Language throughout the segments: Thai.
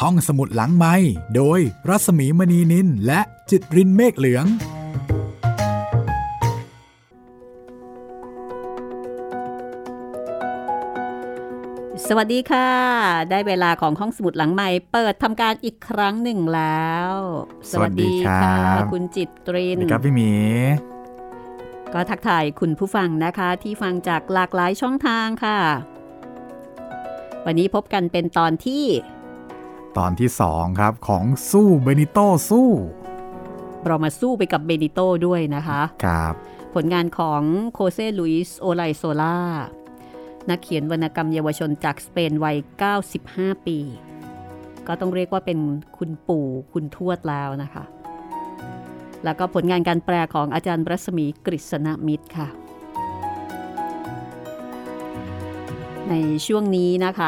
ห้องสมุดหลังไมค์โดยรัศมีมณีนินและจิตรินเมฆเหลืองสวัสดีค่ะได้เวลาของห้องสมุดหลังใหม่เปิดทำการอีกครั้งหนึ่งแล้วสวัสดีค่ะคุณจิตรินครับพี่หมีก็ทักทายคุณผู้ฟังนะคะที่ฟังจากหลากหลายช่องทางค่ะวันนี้พบกันเป็นตอนที่ 2ครับของสู้เบนิโต้สู้เรามาสู้ไปกับเบนิโต้ด้วยนะคะครับผลงานของโคเซลุยส์โอไลโซลานักเขียนวรรณกรรมเยาวชนจากสเปนวัย95ปีก็ต้องเรียกว่าเป็นคุณปู่คุณทวดแล้วนะคะแล้วก็ผลงานการแปลของอาจารย์รัศมีกฤษณมิตรค่ะในช่วงนี้นะคะ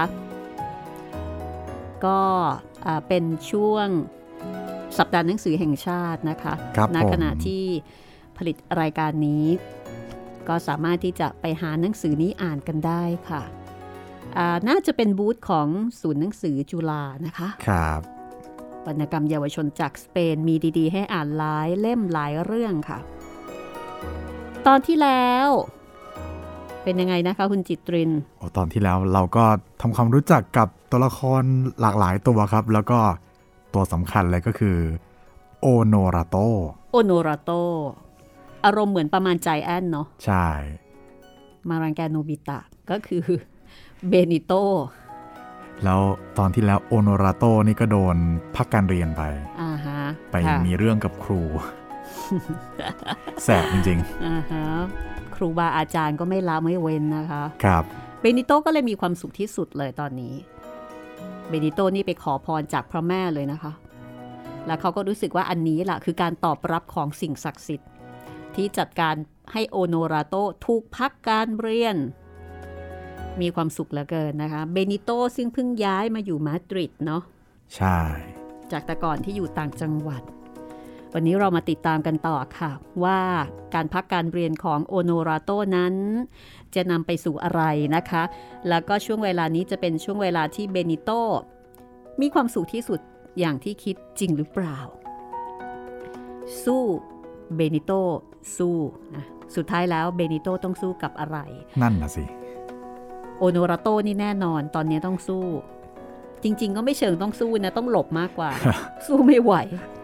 ก็เป็นช่วงสัปดาห์หนังสือแห่งชาตินะคะณขณะที่ผลิตรายการนี้ก็สามารถที่จะไปหาหนังสือนี้อ่านกันได้ค่ะน่าจะเป็นบูธของศูนย์หนังสือจุฬานะคะครับวรรณกรรมเยาวชนจากสเปนมีดีๆให้อ่านหลายเล่มหลายเรื่องค่ะตอนที่แล้วเป็นยังไงนะคะคุณจิตรินตอนที่แล้วเราก็ทำความรู้จักกับตัวละครหลากหลายตัวครับแล้วก็ตัวสำคัญเลยก็คือโอโนราโตอารมณ์เหมือนประมาณใจแอนเนาะใช่มารังแกโนบิตะก็คือเบนิโตแล้วตอนที่แล้วโอโนราโตนี่ก็โดนพักการเรียนไปไปมีเรื่องกับครู แสบจริงๆครูบาอาจารย์ก็ไม่ละไม่เว้นนะคะครับเบนิโตก็เลยมีความสุขที่สุดเลยตอนนี้เบนิโตนี่ไปขอพรจากพระแม่เลยนะคะแล้วเขาก็รู้สึกว่าอันนี้แหละคือการตอบรับของสิ่งศักดิ์สิทธิ์ที่จัดการให้โอโนราโตถูกพักการเรียนมีความสุขเหลือเกินนะคะเบนิโตซึ่งเพิ่งย้ายมาอยู่มาดริดเนาะใช่จากแต่ก่อนที่อยู่ต่างจังหวัดวันนี้เรามาติดตามกันต่อค่ะว่าการพักการเรียนของโอโนราโตนั้นจะนำไปสู่อะไรนะคะแล้วก็ช่วงเวลานี้จะเป็นช่วงเวลาที่เบนิโตมีความสุขที่สุดอย่างที่คิดจริงหรือเปล่าสู้เบนิโตสู้นะสุดท้ายแล้วเบนิโตต้องสู้กับอะไรนั่นน่ะสิโอโนราโตนี่แน่นอนตอนนี้ต้องสู้จริงๆก็ไม่เชิงต้องสู้นะต้องหลบมากกว่า สู้ไม่ไหว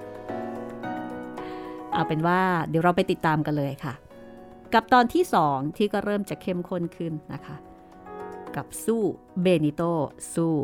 เอาเป็นว่าเดี๋ยวเราไปติดตามกันเลยค่ะกับตอนที่2ที่ก็เริ่มจะเข้มข้นขึ้นนะคะกับสู้เบนิโตสู้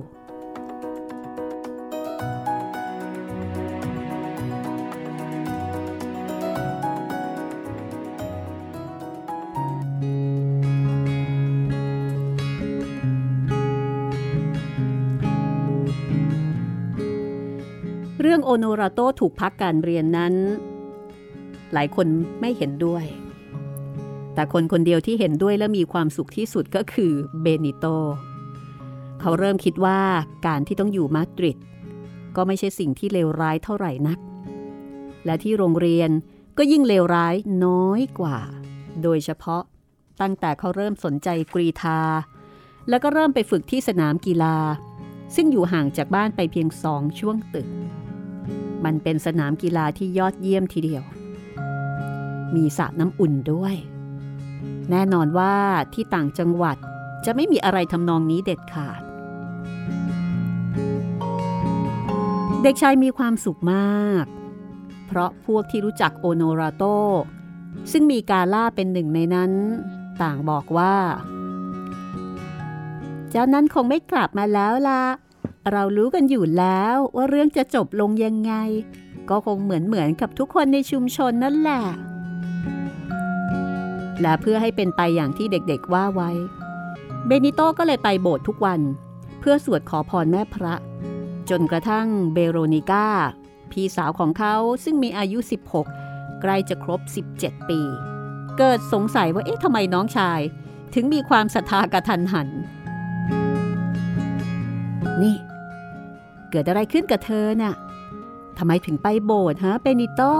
เรื่องโอโนราโตถูกพักการเรียนนั้นหลายคนไม่เห็นด้วยแต่คนคนเดียวที่เห็นด้วยและมีความสุขที่สุดก็คือเบนิโตเขาเริ่มคิดว่าการที่ต้องอยู่มาดริดก็ไม่ใช่สิ่งที่เลวร้ายเท่าไหร่นักและที่โรงเรียนก็ยิ่งเลวร้ายน้อยกว่าโดยเฉพาะตั้งแต่เขาเริ่มสนใจกรีฑาแล้วก็เริ่มไปฝึกที่สนามกีฬาซึ่งอยู่ห่างจากบ้านไปเพียง2 ช่วงตึกมันเป็นสนามกีฬาที่ยอดเยี่ยมทีเดียวมีสระน้ำอุ่นด้วยแน่นอนว่าที่ต่างจังหวัดจะไม่มีอะไรทำนองนี้เด็ดขาดเด็กชายมีความสุขมากเพราะพวกที่รู้จักโอโนราโตซึ่งมีกาล่าเป็นหนึ่งในนั้นต่างบอกว่าเจ้านั้นคงไม่กลับมาแล้วล่ะเรารู้กันอยู่แล้วว่าเรื่องจะจบลงยังไงก็คงเหมือนกับทุกคนในชุมชนนั่นแหละและเพื่อให้เป็นไปอย่างที่เด็กๆว่าไว้เบนิโตก็เลยไปโบสถ์ทุกวันเพื่อสวดขอพรแม่พระจนกระทั่งเบโรนิก้าพี่สาวของเขาซึ่งมีอายุ16ใกล้จะครบ17ปีเกิดสงสัยว่าทำไมน้องชายถึงมีความศรัทธากระทันหันนี่เกิดอะไรขึ้นกับเธอน่ะทำไมถึงไปโบสถ์ฮะเบนิโต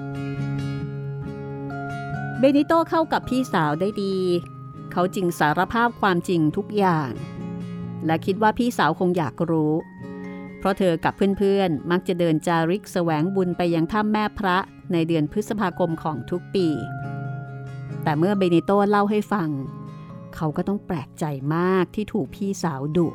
เข้ากับพี่สาวได้ดีเขาจึงสารภาพความจริงทุกอย่างและคิดว่าพี่สาวคงอยากรู้เพราะเธอกับเพื่อนๆมักจะเดินจาริกแสวงบุญไปยังถ้ำแม่พระในเดือนพฤษภาคมของทุกปีแต่เมื่อเบนิโตเล่าให้ฟังเขาก็ต้องแปลกใจมากที่ถูกพี่สาวดุ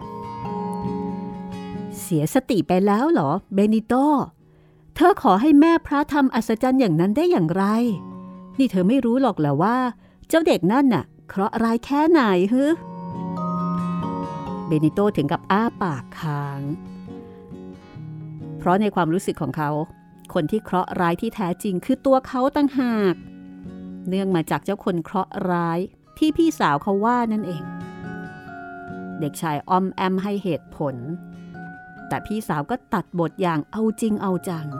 เสียสติไปแล้วเหรอเบนิโตเธอขอให้แม่พระทำอัศจรรย์อย่างนั้นได้อย่างไรนี่เธอไม่รู้หรอกเหรอว่าเจ้าเด็กนั่นน่ะเคราะห์ร้ายแค่ไหนฮึเบนิโตถึงกับอ้าปากค้างเพราะในความรู้สึกของเขาคนที่เคราะห์ร้ายที่แท้จริงคือตัวเขาต่างหากเนื่องมาจากเจ้าคนเคราะห์ร้ายที่พี่สาวเขาว่านั่นเองเด็กชายอ้อมแอมให้เหตุผลแต่พี่สาวก็ตัดบทอย่างเอาจริงเอาจัง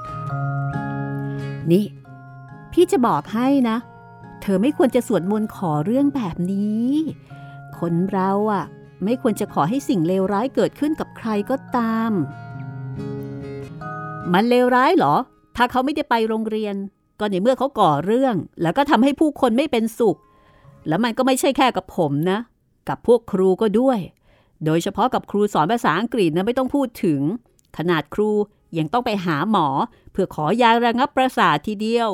นี่พี่จะบอกให้นะเธอไม่ควรจะสวดมนต์ขอเรื่องแบบนี้คนเราอะไม่ควรจะขอให้สิ่งเลวร้ายเกิดขึ้นกับใครก็ตามมันเลวร้ายเหรอถ้าเขาไม่ได้ไปโรงเรียนก็ในเมื่อเขาก่อเรื่องแล้วก็ทำให้ผู้คนไม่เป็นสุขแล้วมันก็ไม่ใช่แค่กับผมนะกับพวกครูก็ด้วยโดยเฉพาะกับครูสอนภาษาอังกฤษนะไม่ต้องพูดถึงขนาดครูยังต้องไปหาหมอเพื่อขอยาระงับประสาททีเดียว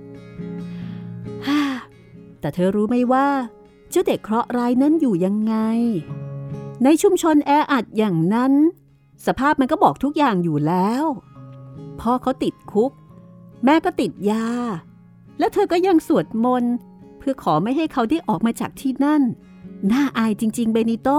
แต่เธอรู้ไหมว่าเจ้าเด็กเคราะห์ร้ายนั้นอยู่ยังไงในชุมชนแออัดอย่างนั้นสภาพมันก็บอกทุกอย่างอยู่แล้วพ่อเขาติดคุกแม่ก็ติดยาแล้วเธอก็ยังสวดมนต์เพื่อขอไม่ให้เขาได้ออกมาจากที่นั่นน่าอายจริงๆเบนิโต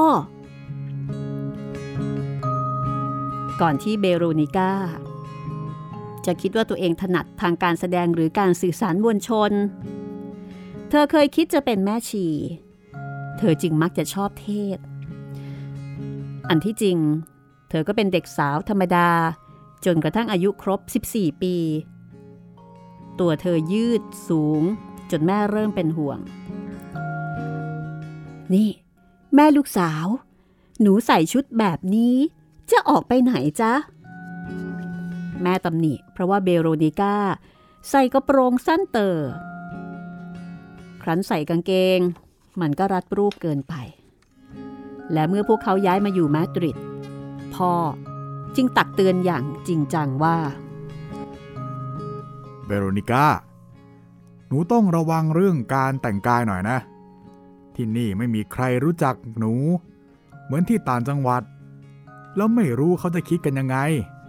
ก่อนที่เบโรนิก้าจะคิดว่าตัวเองถนัดทางการแสดงหรือการสื่อสารมวลชนเธอเคยคิดจะเป็นแม่ชีเธอจึงมักจะชอบเทศอันที่จริงเธอก็เป็นเด็กสาวธรรมดาจนกระทั่งอายุครบ14ปีตัวเธอยืดสูงจนแม่เริ่มเป็นห่วงนี่แม่ลูกสาวหนูใส่ชุดแบบนี้จะออกไปไหนจ๊ะแม่ตำหนิเพราะว่าเบโรนิก้าใส่กระโปรงสั้นเต๋อครั้นใส่กางเกงมันก็รัดรูปเกินไปและเมื่อพวกเขาย้ายมาอยู่มาดริดพ่อจึงตักเตือนอย่างจริงจังว่าเบโรนิก้าหนูต้องระวังเรื่องการแต่งกายหน่อยนะที่นี่ไม่มีใครรู้จักหนูเหมือนที่ต่างจังหวัดแล้วไม่รู้เขาจะคิดกันยังไง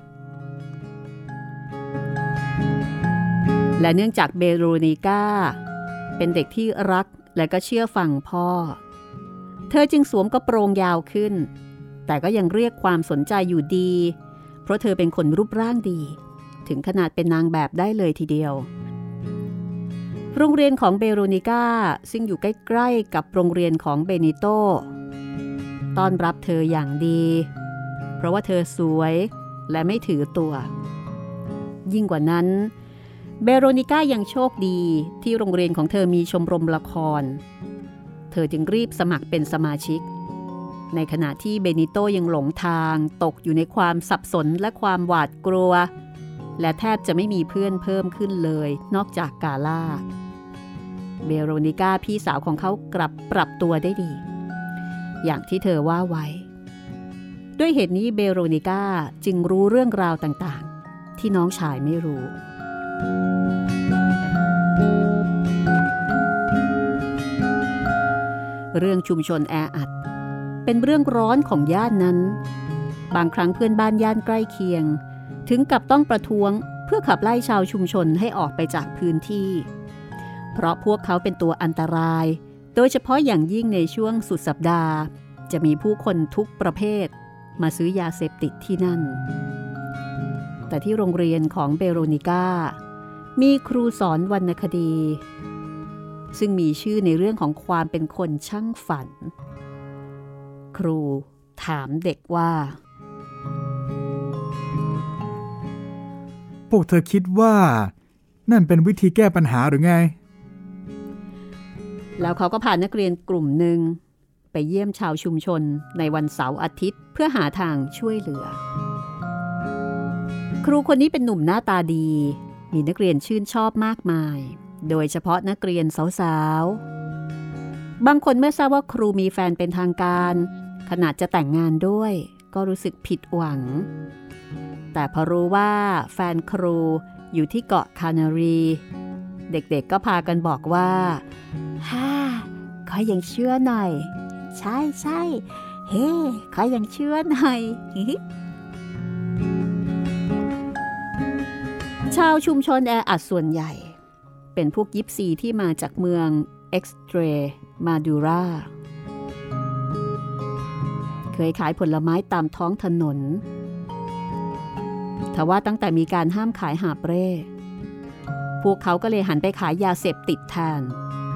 และเนื่องจากเบโรนิก้าเป็นเด็กที่รักและก็เชื่อฟังพ่อเธอจึงสวมกระโปรงยาวขึ้นแต่ก็ยังเรียกความสนใจอยู่ดีเพราะเธอเป็นคนรูปร่างดีถึงขนาดเป็นนางแบบได้เลยทีเดียวโรงเรียนของเบโรนิก้าซึ่งอยู่ใกล้ๆกับโรงเรียนของเบนิโตต้อนรับเธออย่างดีเพราะว่าเธอสวยและไม่ถือตัวยิ่งกว่านั้นเบโรนิก้ายังโชคดีที่โรงเรียนของเธอมีชมรมละครเธอจึงรีบสมัครเป็นสมาชิกในขณะที่เบนิโตยังหลงทางตกอยู่ในความสับสนและความหวาดกลัวและแทบจะไม่มีเพื่อนเพิ่มขึ้นเลยนอกจากกาล่าเบโรนิก้าพี่สาวของเขากลับปรับตัวได้ดีอย่างที่เธอว่าไว้ด้วยเหตุนี้เบโรนิก้าจึงรู้เรื่องราวต่างๆที่น้องชายไม่รู้เรื่องชุมชนแออัดเป็นเรื่องร้อนของย่านนั้นบางครั้งเพื่อนบ้านย่านใกล้เคียงถึงกับต้องประท้วงเพื่อขับไล่ชาวชุมชนให้ออกไปจากพื้นที่เพราะพวกเขาเป็นตัวอันตรายโดยเฉพาะอย่างยิ่งในช่วงสุดสัปดาห์จะมีผู้คนทุกประเภทมาซื้อยาเสพติดที่นั่นแต่ที่โรงเรียนของเบโรนิก้ามีครูสอนวรรณคดีซึ่งมีชื่อในเรื่องของความเป็นคนช่างฝันครูถามเด็กว่าพวกเธอคิดว่านั่นเป็นวิธีแก้ปัญหาหรือไงแล้วเขาก็พานักเรียนกลุ่มหนึ่งไปเยี่ยมชาวชุมชนในวันเสาร์อาทิตย์เพื่อหาทางช่วยเหลือครูคนนี้เป็นหนุ่มหน้าตาดีมีนักเรียนชื่นชอบมากมายโดยเฉพาะนักเรียนสาวๆบางคนเมื่อทราบว่าครูมีแฟนเป็นทางการขนาดจะแต่งงานด้วยก็รู้สึกผิดหวังแต่พอรู้ว่าแฟนครูอยู่ที่เกาะคานารีเด็กๆก็พากันบอกว่าฮ่าขอยังเชื่อหน่อยใช่ใช่เฮ้ขอยังเชื่อหน่อย ชาวชุมชนแออัดส่วนใหญ่เป็นพวกยิปซีที่มาจากเมืองเอ็กซ์เตรมาดูราเคยขายผลไม้ตามท้องถนนทว่าตั้งแต่มีการห้ามขายหาบเร่พวกเขาก็เลยหันไปขายยาเสพติดแทน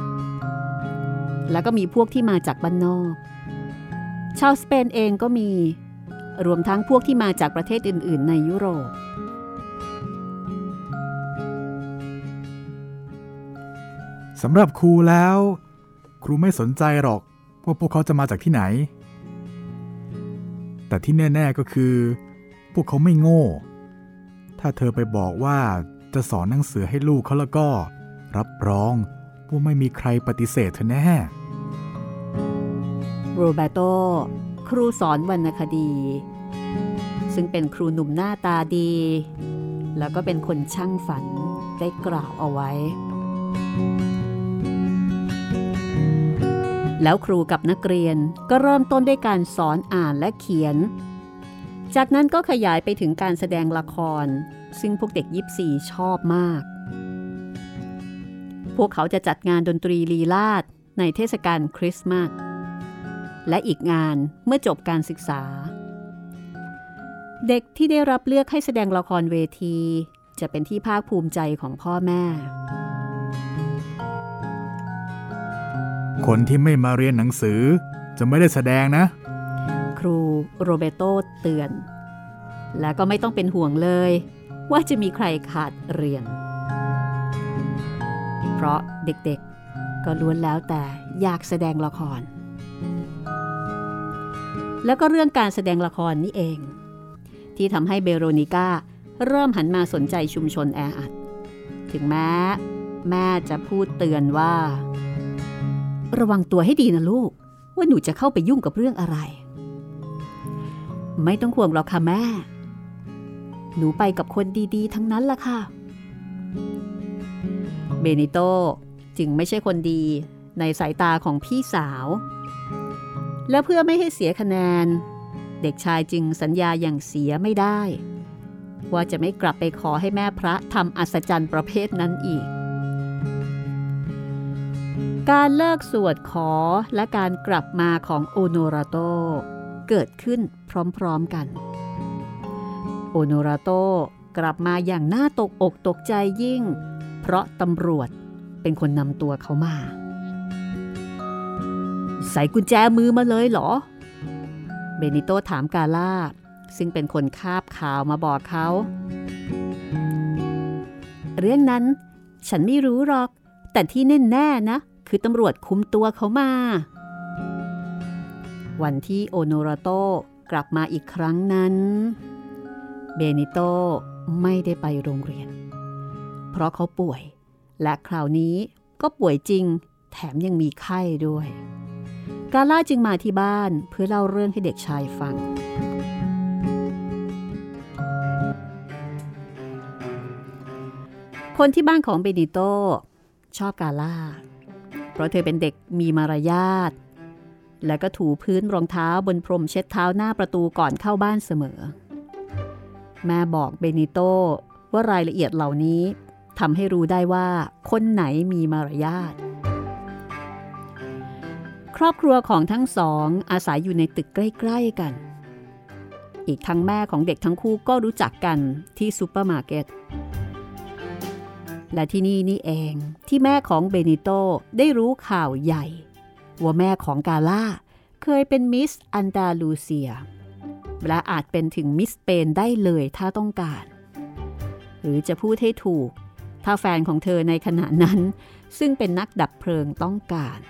แล้วก็มีพวกที่มาจากบ้านนอกชาวสเปนเองก็มีรวมทั้งพวกที่มาจากประเทศอื่นๆในยุโรปสำหรับครูแล้วครูไม่สนใจหรอกว่าพวกเขาจะมาจากที่ไหนแต่ที่แน่ๆก็คือพวกเขาไม่โง่ถ้าเธอไปบอกว่าจะสอนหนังสือให้ลูกเขาแล้วก็รับรองว่าไม่มีใครปฏิเสธเธอแน่โรเบโตครูสอนวรรณคดีซึ่งเป็นครูหนุ่มหน้าตาดีแล้วก็เป็นคนช่างฝันได้กล่าวเอาไว้แล้วครูกับนักเรียนก็เริ่มต้นด้วยการสอนอ่านและเขียนจากนั้นก็ขยายไปถึงการแสดงละครซึ่งพวกเด็กยิปซีชอบมากพวกเขาจะจัดงานดนตรีลีลาศในเทศกาลคริสต์มาสและอีกงานเมื่อจบการศึกษาเด็กที่ได้รับเลือกให้แสดงละครเวทีจะเป็นที่ภาคภูมิใจของพ่อแม่คนที่ไม่มาเรียนหนังสือจะไม่ได้แสดงนะครูโรเบโตเตือนและก็ไม่ต้องเป็นห่วงเลยว่าจะมีใครขาดเรียนเพราะเด็กๆก็ล้วนแล้วแต่อยากแสดงละครแล้วก็เรื่องการแสดงละครนี่เองที่ทำให้เบโรนิก้าเริ่มหันมาสนใจชุมชนแออัดถึงแม้แม่จะพูดเตือนว่าระวังตัวให้ดีนะลูกว่าหนูจะเข้าไปยุ่งกับเรื่องอะไรไม่ต้องห่วงหรอกค่ะแม่หนูไปกับคนดีๆทั้งนั้นล่ะค่ะเบนิโตจึงไม่ใช่คนดีในสายตาของพี่สาวและเพื่อไม่ให้เสียคะแนนเด็กชายจึงสัญญาอย่างเสียไม่ได้ว่าจะไม่กลับไปขอให้แม่พระทำอัศจรรย์ประเภทนั้นอีกการเลิกสวดขอและการกลับมาของโอโนราโตเกิดขึ้นพร้อมๆกันโอโนราโตกลับมาอย่างน่าตกอกตกใจยิ่งเพราะตำรวจเป็นคนนำตัวเขามาใส่กุญแจมือมาเลยเหรอเบนิโตถามกาล่าซึ่งเป็นคนคาบข่าวมาบอกเขาเรื่องนั้นฉันไม่รู้หรอกแต่ที่แน่ๆนะคือตำรวจคุมตัวเขามาวันที่โอโนราโตกลับมาอีกครั้งนั้นเบนิโตไม่ได้ไปโรงเรียนเพราะเขาป่วยและคราวนี้ก็ป่วยจริงแถมยังมีไข้ด้วยกาล่าจึงมาที่บ้านเพื่อเล่าเรื่องให้เด็กชายฟังคนที่บ้านของเบนิโตชอบกาล่าเพราะเธอเป็นเด็กมีมารยาทและก็ถูพื้นรองเท้าบนพรมเช็ดเท้าหน้าประตูก่อนเข้าบ้านเสมอแม่บอกเบนิโตว่ารายละเอียดเหล่านี้ทำให้รู้ได้ว่าคนไหนมีมารยาทครอบครัวของทั้งสองอาศัยอยู่ในตึกใกล้ๆกันอีกทั้งแม่ของเด็กทั้งคู่ก็รู้จักกันที่ซูเปอร์มาร์เก็ตและที่นี่เองที่แม่ของเบนิโตได้รู้ข่าวใหญ่ว่าแม่ของกาล่าเคยเป็นมิสอันดาลูเซียและอาจเป็นถึงมิสสเปนได้เลยถ้าต้องการหรือจะพูดให้ถูกถ้าแฟนของเธอในขณะนั้นซึ่งเป็นนักดับเพลิงต้องการ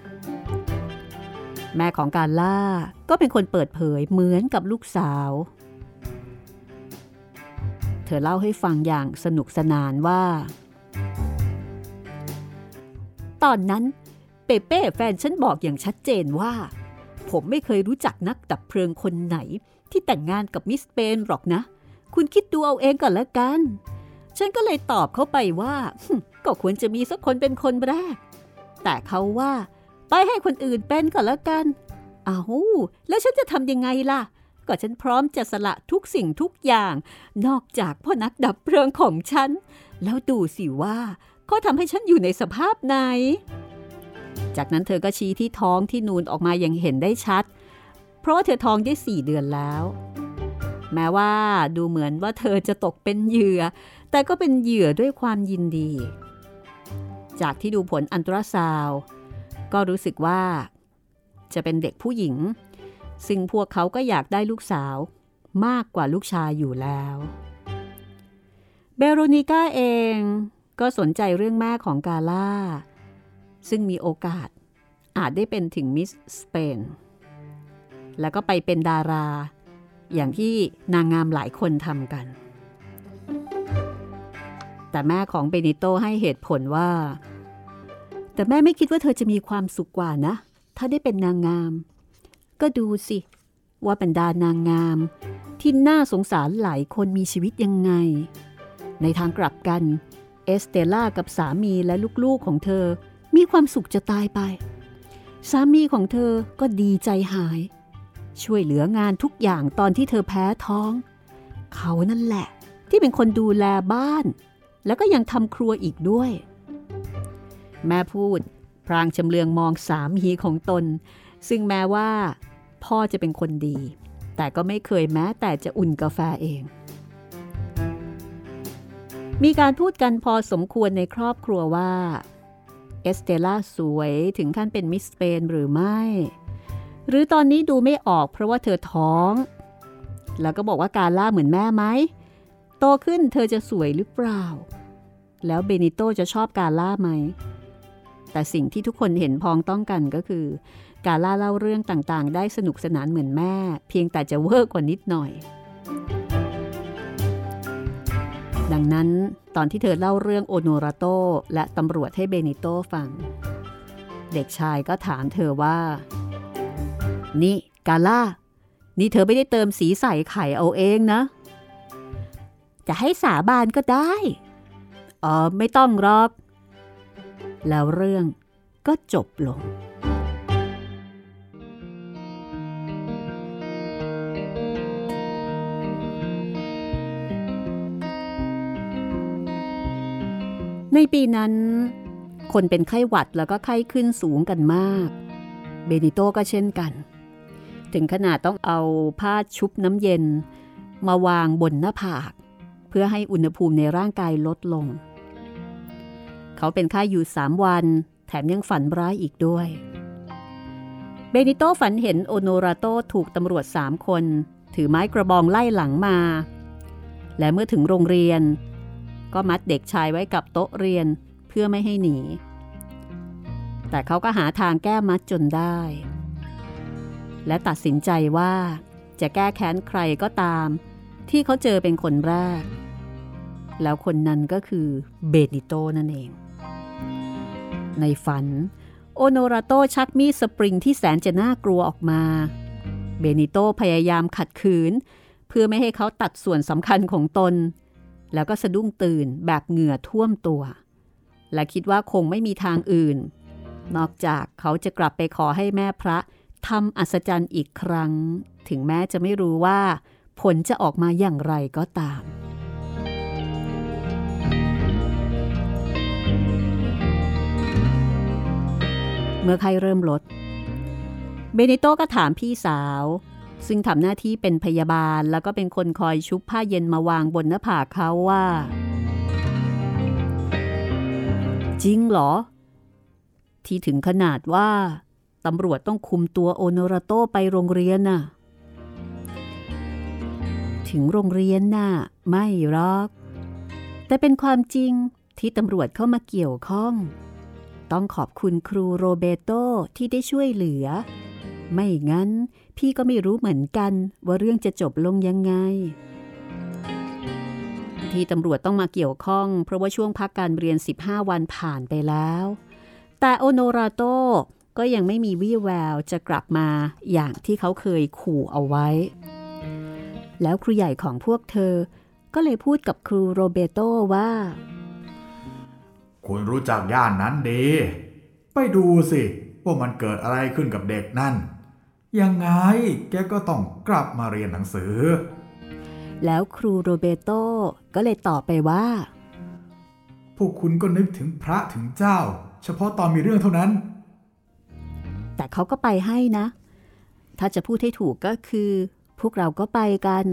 แม่ของกาล่าก็เป็นคนเปิดเผยเหมือนกับลูกสาวเธอเล่าให้ฟังอย่างสนุกสนานว่าตอนนั้นเปเป้แฟนฉันบอกอย่างชัดเจนว่าผผมไม่เคยรู้จักนักดับเพลิงคนไหนที่แต่งงานกับมิสเปนหรอกนะคุณคิดดูเอาเองก่อนละกันฉันก็เลยตอบเขาไปว่าก็ควรจะมีสักคนเป็นคนแรกแต่เขาว่าไปให้คนอื่นเป็นก่อนละกันอ้าวแล้วฉันจะทำยังไงล่ะก็ฉันพร้อมจะสละทุกสิ่งทุกอย่างนอกจากพ่อนักดับเพลิงของฉันแล้วดูสิว่าเขาทำให้ฉันอยู่ในสภาพไหนจากนั้นเธอก็ชี้ที่ท้องที่นูนออกมาอย่างเห็นได้ชัดเพราะว่าเธอท้องได้4 เดือนแล้วแม้ว่าดูเหมือนว่าเธอจะตกเป็นเหยื่อแต่ก็เป็นเหยื่อด้วยความยินดีจากที่ดูผลอัลตราซาวด์ก็รู้สึกว่าจะเป็นเด็กผู้หญิงซึ่งพวกเขาก็อยากได้ลูกสาวมากกว่าลูกชายอยู่แล้วเบโรนิก้าเองก็สนใจเรื่องแม่ของกาล่าซึ่งมีโอกาสอาจได้เป็นถึงมิสสเปนแล้วก็ไปเป็นดาราอย่างที่นางงามหลายคนทำกันแต่แม่ของเบนิโตให้เหตุผลว่าแต่แม่ไม่คิดว่าเธอจะมีความสุขกว่านะถ้าได้เป็นนางงามก็ดูสิว่าบรรดานางงามที่น่าสงสารหลายคนมีชีวิตยังไงในทางกลับกันเอสเตล่ากับสามีและลูกๆของเธอมีความสุขจะตายไปสามีของเธอก็ดีใจหายช่วยเหลืองานทุกอย่างตอนที่เธอแพ้ท้องเขานั่นแหละที่เป็นคนดูแลบ้านแล้วก็ยังทำครัวอีกด้วยแม่พูดพลางชำเลืองมองสามีของตนซึ่งแม้ว่าพ่อจะเป็นคนดีแต่ก็ไม่เคยแม้แต่จะอุ่นกาแฟเองมีการพูดกันพอสมควรในครอบครัวว่าเอสเตล่าสวยถึงขั้นเป็นมิสสเปนหรือไม่หรือตอนนี้ดูไม่ออกเพราะว่าเธอท้องแล้วก็บอกว่ากาล่าเหมือนแม่ไหมโตขึ้นเธอจะสวยหรือเปล่าแล้วเบนิโตจะชอบกาล่าไหมแต่สิ่งที่ทุกคนเห็นพ้องต้องกันก็คือกาล่าเล่าเรื่องต่างๆได้สนุกสนานเหมือนแม่เพียงแต่จะเวอร์กว่านิดหน่อยดังนั้นตอนที่เธอเล่าเรื่องโอโนราโตและตำรวจให้เบนิโตฟังเด็กชายก็ถามเธอว่านี่กาล่านี่เธอไม่ได้เติมสีใส่ไข่เอาเองนะจะให้สาบานก็ได้ไม่ต้องหรอกแล้วเรื่องก็จบลงในปีนั้นคนเป็นไข้หวัดแล้วก็ไข้ขึ้นสูงกันมากเบนิโตก็เช่นกันถึงขนาดต้องเอาผ้าชุบน้ำเย็นมาวางบนหน้าผากเพื่อให้อุณหภูมิในร่างกายลดลงเขาเป็นไข้อยู่3 วันแถมยังฝันร้ายอีกด้วยเบนิโตฝันเห็นโอโนราโตถูกตำรวจ3 คนถือไม้กระบองไล่หลังมาและเมื่อถึงโรงเรียนก็มัดเด็กชายไว้กับโต๊ะเรียนเพื่อไม่ให้หนีแต่เขาก็หาทางแก้มัดจนได้และตัดสินใจว่าจะแก้แค้นใครก็ตามที่เขาเจอเป็นคนแรกแล้วคนนั้นก็คือเบนิโตนั่นเองในฝันโอโนราโตชักมีดสปริงที่แสนจะน่ากลัวออกมาเบนิโตพยายามขัดขืนเพื่อไม่ให้เขาตัดส่วนสำคัญของตนแล้วก็สะดุ้งตื่นแบบเหงื่อท่วมตัวและคิดว่าคงไม่มีทางอื่นนอกจากเขาจะกลับไปขอให้แม่พระทำอัศจรรย์อีกครั้งถึงแม้จะไม่รู้ว่าผลจะออกมาอย่างไรก็ตามเมื่อไข้เริ่มลดเบนิโตก็ถามพี่สาวซึ่งทำหน้าที่เป็นพยาบาลแล้วก็เป็นคนคอยชุบผ้าเย็นมาวางบนหน้าผากเขาว่าจริงเหรอที่ถึงขนาดว่าตำรวจต้องคุมตัวโอโนราโตไปโรงเรียนน่ะถึงโรงเรียนน่ะไม่หรอกแต่เป็นความจริงที่ตำรวจเข้ามาเกี่ยวข้องต้องขอบคุณครูโรเบโตที่ได้ช่วยเหลือไม่งั้นพี่ก็ไม่รู้เหมือนกันว่าเรื่องจะจบลงยังไงที่ตำรวจต้องมาเกี่ยวข้องเพราะว่าช่วงพักการเรียน15 วันผ่านไปแล้วแต่โอโนราโตก็ยังไม่มีวี่แววจะกลับมาอย่างที่เขาเคยขู่เอาไว้แล้วครูใหญ่ของพวกเธอก็เลยพูดกับครูโรเบโตว่าคุณรู้จักย่านนั้นดีไปดูสิว่ามันเกิดอะไรขึ้นกับเด็กนั่นยังไงแกก็ต้องกลับมาเรียนหนังสือแล้วครูโรเบโตก็เลยตอบไปว่าพวกคุณก็นึกถึงพระถึงเจ้าเฉพาะตอนมีเรื่องเท่านั้นแต่เขาก็ไปให้นะถ้าจะพูดให้ถูกก็คือพวกเราก็ไปกัน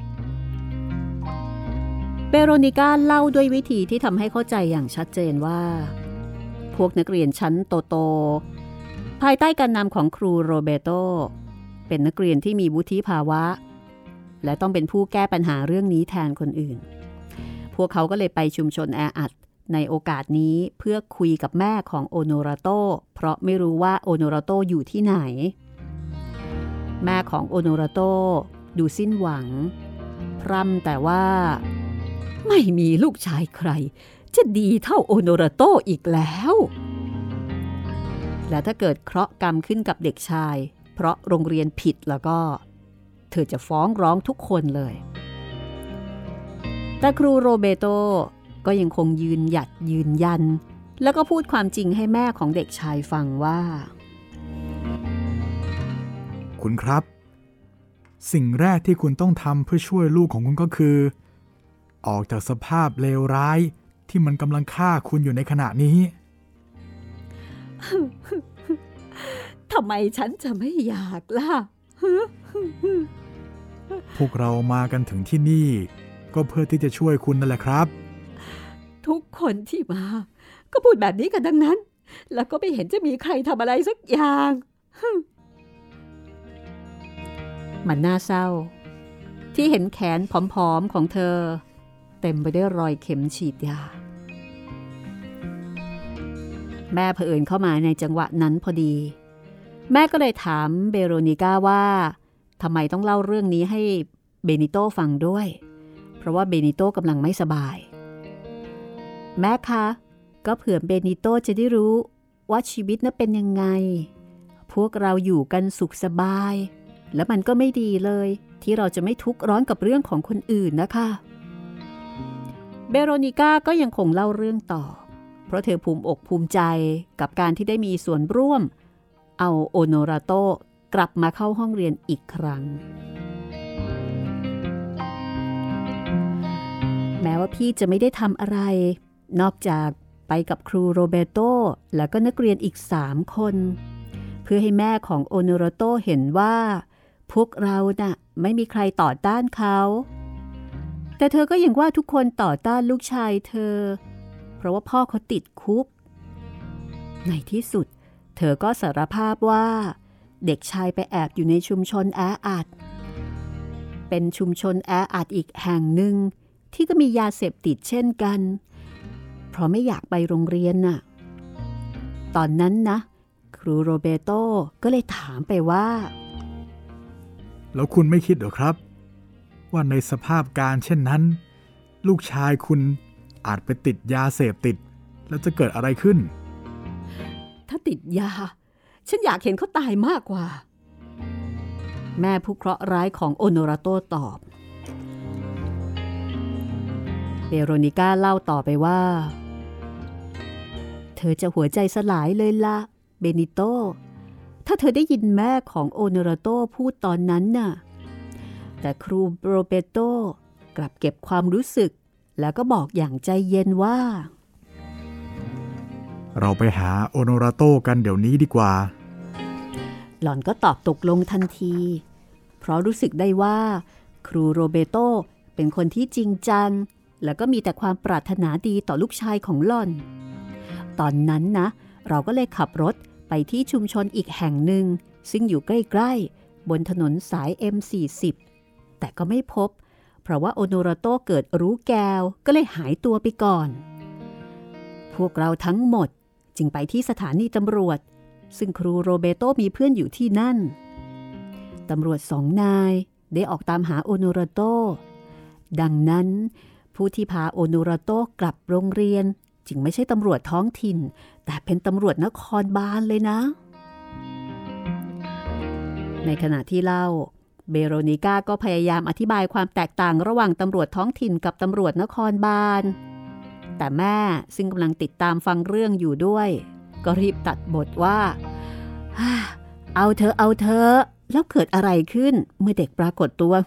เบโรนิก้าเล่าด้วยวิธีที่ทำให้เข้าใจอย่างชัดเจนว่าพวกนักเรียนชั้นโตๆภายใต้การนำของครูโรเบโตเป็นนักเรียนที่มีวุฒิภาวะและต้องเป็นผู้แก้ปัญหาเรื่องนี้แทนคนอื่นพวกเขาก็เลยไปชุมชนแออัดในโอกาสนี้เพื่อคุยกับแม่ของโอโนราโตเพราะไม่รู้ว่าโอโนราโตอยู่ที่ไหนแม่ของโอโนราโตดูสิ้นหวังพร่ำแต่ว่าไม่มีลูกชายใครจะดีเท่าโอโนราโตอีกแล้วและถ้าเกิดเคราะห์กรรมขึ้นกับเด็กชายเพราะโรงเรียนผิดแล้วก็เธอจะฟ้องร้องทุกคนเลยแต่ครูโรเบโตก็ยังคงยืนหยัดยืนยันแล้วก็พูดความจริงให้แม่ของเด็กชายฟังว่าคุณครับสิ่งแรกที่คุณต้องทำเพื่อช่วยลูกของคุณก็คือออกจากสภาพเลวร้ายที่มันกำลังฆ่าคุณอยู่ในขณะนี้ทำไมฉันจะไม่อยากล่ะพวกเรามากันถึงที่นี่ก็เพื่อที่จะช่วยคุณนั่นแหละครับทุกคนที่มาก็พูดแบบนี้กันดังนั้นแล้วก็ไม่เห็นจะมีใครทำอะไรสักอย่างมันน่าเศร้าที่เห็นแขนผอมๆของเธอเต็มไปด้วยรอยเข็มฉีดยาแม่เผอิญเข้ามาในจังหวะนั้นพอดีแม่ก็เลยถามเบโรนิก้าว่าทำไมต้องเล่าเรื่องนี้ให้เบนิโต้ฟังด้วยเพราะว่าเบนิโต้กำลังไม่สบายแม่คะก็เผื่อเบนิโต้จะได้รู้ว่าชีวิตน่ะเป็นยังไงพวกเราอยู่กันสุขสบายแล้วมันก็ไม่ดีเลยที่เราจะไม่ทุกข์ร้อนกับเรื่องของคนอื่นนะคะเบโรนิก้าก็ยังคงเล่าเรื่องต่อเพราะเธอภูมิอกภูมิใจกับการที่ได้มีส่วนร่วมเอาโอโนราโตกลับมาเข้าห้องเรียนอีกครั้งแม้ว่าพี่จะไม่ได้ทำอะไรนอกจากไปกับครูโรเบโตแล้วก็นักเรียนอีก3 คนเพื่อให้แม่ของโอโนราโตเห็นว่าพวกเราน่ะไม่มีใครต่อต้านเขาแต่เธอก็ยังว่าทุกคนต่อต้านลูกชายเธอเพราะว่าพ่อเขาติดคุกในที่สุดเธอก็สารภาพว่าเด็กชายไปแอบอยู่ในชุมชนแออัดเป็นชุมชนแออัดอีกแห่งหนึ่งที่ก็มียาเสพติดเช่นกันเพราะไม่อยากไปโรงเรียนน่ะตอนนั้นนะครูโรเบโตก็เลยถามไปว่าแล้วคุณไม่คิดหรอครับว่าในสภาพการเช่นนั้นลูกชายคุณอาจไปติดยาเสพติดแล้วจะเกิดอะไรขึ้นถ้าติดยาฉันอยากเห็นเขาตายมากกว่าแม่ผู้เคราะห์ร้ายของโอโนราโตตอบเบโรนิก้าเล่าต่อไปว่าเธอจะหัวใจสลายเลยล่ะเบนิโตถ้าเธอได้ยินแม่ของโอโนราโตพูดตอนนั้นน่ะแต่ครูโรเบโตกลับเก็บความรู้สึกแล้วก็บอกอย่างใจเย็นว่าเราไปหาโอโนราโตกันเดี๋ยวนี้ดีกว่าหล่อนก็ตอบตกลงทันทีเพราะรู้สึกได้ว่าครูโรเบโตเป็นคนที่จริงจังแล้วก็มีแต่ความปรารถนาดีต่อลูกชายของหล่อนตอนนั้นนะเราก็เลยขับรถไปที่ชุมชนอีกแห่งหนึ่งซึ่งอยู่ใกล้ๆบนถนนสาย M40 แต่ก็ไม่พบเพราะว่าโอโนราโตเกิดรู้แก้วก็เลยหายตัวไปก่อนพวกเราทั้งหมดจึงไปที่สถานีตำรวจซึ่งครูโรเบโตมีเพื่อนอยู่ที่นั่นตำรวจ2 นายได้ออกตามหาโอโนราโตดังนั้นผู้ที่พาโอโนราโตกลับโรงเรียนจึงไม่ใช่ตำรวจท้องถิ่นแต่เป็นตำรวจนครบาลเลยนะในขณะที่เล่าเบโรนิก้าก็พยายามอธิบายความแตกต่างระหว่างตำรวจท้องถิ่นกับตำรวจนครบาลแต่แม่ซึ่งกำลังติดตามฟังเรื่องอยู่ด้วยก็รีบตัดบทว่าเอาเธอแล้วเกิดอะไรขึ้นเมื่อเด็กปรากฏตัว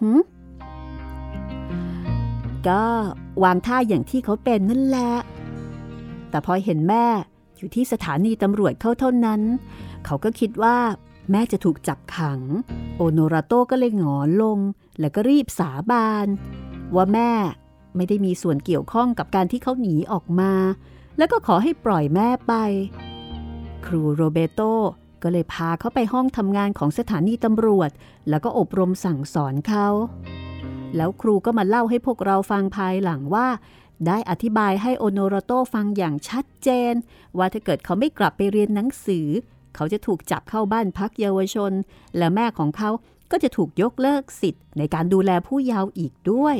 ก็วางท่าอย่างที่เขาเป็นนั่นแหละแต่พอเห็นแม่อยู่ที่สถานีตำรวจเข้าเท่านั้นเขาก็คิดว่าแม่จะถูกจับขังโอโนราโต้ก็เลยหงอนลงแล้วก็รีบสาบานว่าแม่ไม่ได้มีส่วนเกี่ยวข้องกับการที่เขาหนีออกมาแล้วก็ขอให้ปล่อยแม่ไปครูโรเบโตก็เลยพาเขาไปห้องทำงานของสถานีตำรวจแล้วก็อบรมสั่งสอนเขาแล้วครูก็มาเล่าให้พวกเราฟังภายหลังว่าได้อธิบายให้โอโนราโต้ฟังอย่างชัดเจนว่าถ้าเกิดเขาไม่กลับไปเรียนหนังสือเขาจะถูกจับเข้าบ้านพักเยาวชนและแม่ของเขาก็จะถูกยกเลิกสิทธิ์ในการดูแลผู้เยาว์อีกด้วย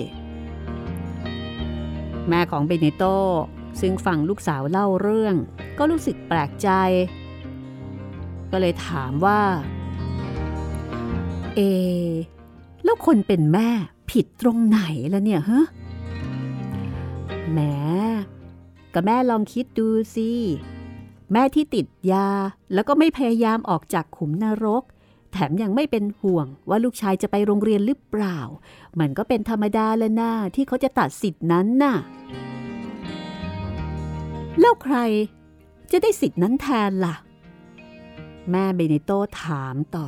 แม่ของเบเนโตซึ่งฟังลูกสาวเล่าเรื่องก็รู้สึกแปลกใจก็เลยถามว่าแล้วคนเป็นแม่ผิดตรงไหนล่ะเนี่ยฮะแหมก็แม่ลองคิดดูสิแม่ที่ติดยาแล้วก็ไม่พยายามออกจากขุมนรกแถมยังไม่เป็นห่วงว่าลูกชายจะไปโรงเรียนหรือเปล่ามันก็เป็นธรรมดาแล้วนะที่เขาจะตัดสิทธินั้นน่ะแล้วใครจะได้สิทธินั้นแทนล่ะแม่เบเนโตถามต่อ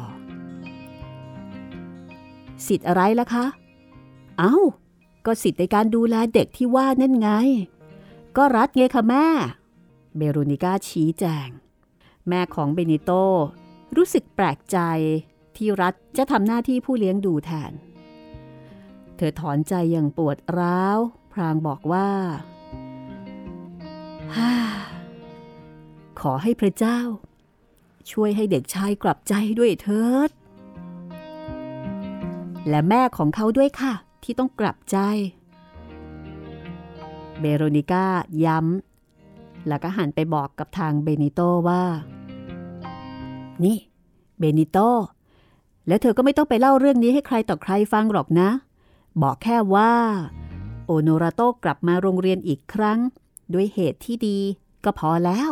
สิทธิ์อะไรล่ะคะก็สิทธิ์ในการดูแลเด็กที่ว่านั่นไงก็รัฐไงคะแม่เบโรนิก้าชี้แจงแม่ของเบเนโตรู้สึกแปลกใจที่รัฐจะทำหน้าที่ผู้เลี้ยงดูแทนเธอถอนใจอย่างปวดร้าวพลางบอกว่าขอให้พระเจ้าช่วยให้เด็กชายกลับใจด้วยเถิดและแม่ของเขาด้วยค่ะที่ต้องกลับใจเบโรนิก้าย้ำแล้วก็หันไปบอกกับทางเบนิโตว่านี่เบนิโตแล้วเธอก็ไม่ต้องไปเล่าเรื่องนี้ให้ใครต่อใครฟังหรอกนะบอกแค่ว่าโอโนราโตกลับมาโรงเรียนอีกครั้งด้วยเหตุที่ดีก็พอแล้ว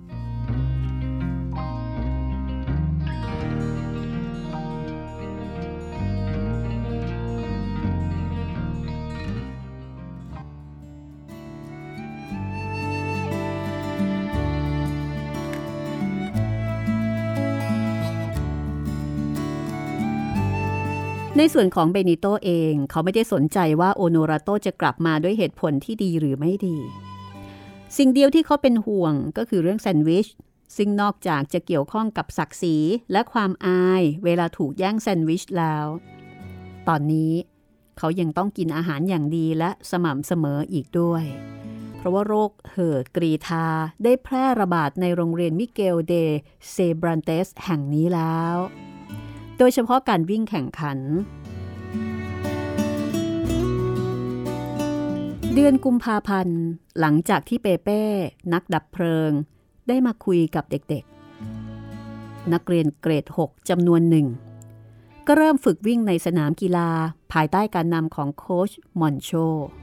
ในส่วนของเบนิโตเองเขาไม่ได้สนใจว่าโอโนราโตจะกลับมาด้วยเหตุผลที่ดีหรือไม่ดีสิ่งเดียวที่เขาเป็นห่วงก็คือเรื่องแซนด์วิชซึ่งนอกจากจะเกี่ยวข้องกับศักดิ์ศรีและความอายเวลาถูกแย่งแซนด์วิชแล้วตอนนี้เขายังต้องกินอาหารอย่างดีและสม่ำเสมออีกด้วยเพราะว่าโรคเห่อกรีธาได้แพร่ระบาดในโรงเรียนมิเกลเดเซบรันเตสแห่งนี้แล้วโดยเฉพาะการวิ่งแข่งขันเดือนกุมภาพันธ์หลังจากที่เปเป้นักดับเพลิงได้มาคุยกับเด็กๆนักเรียนเกรด 6 จำนวนหนึ่งก็เริ่มฝึกวิ่งในสนามกีฬาภายใต้การนำของโค้ชมอนโช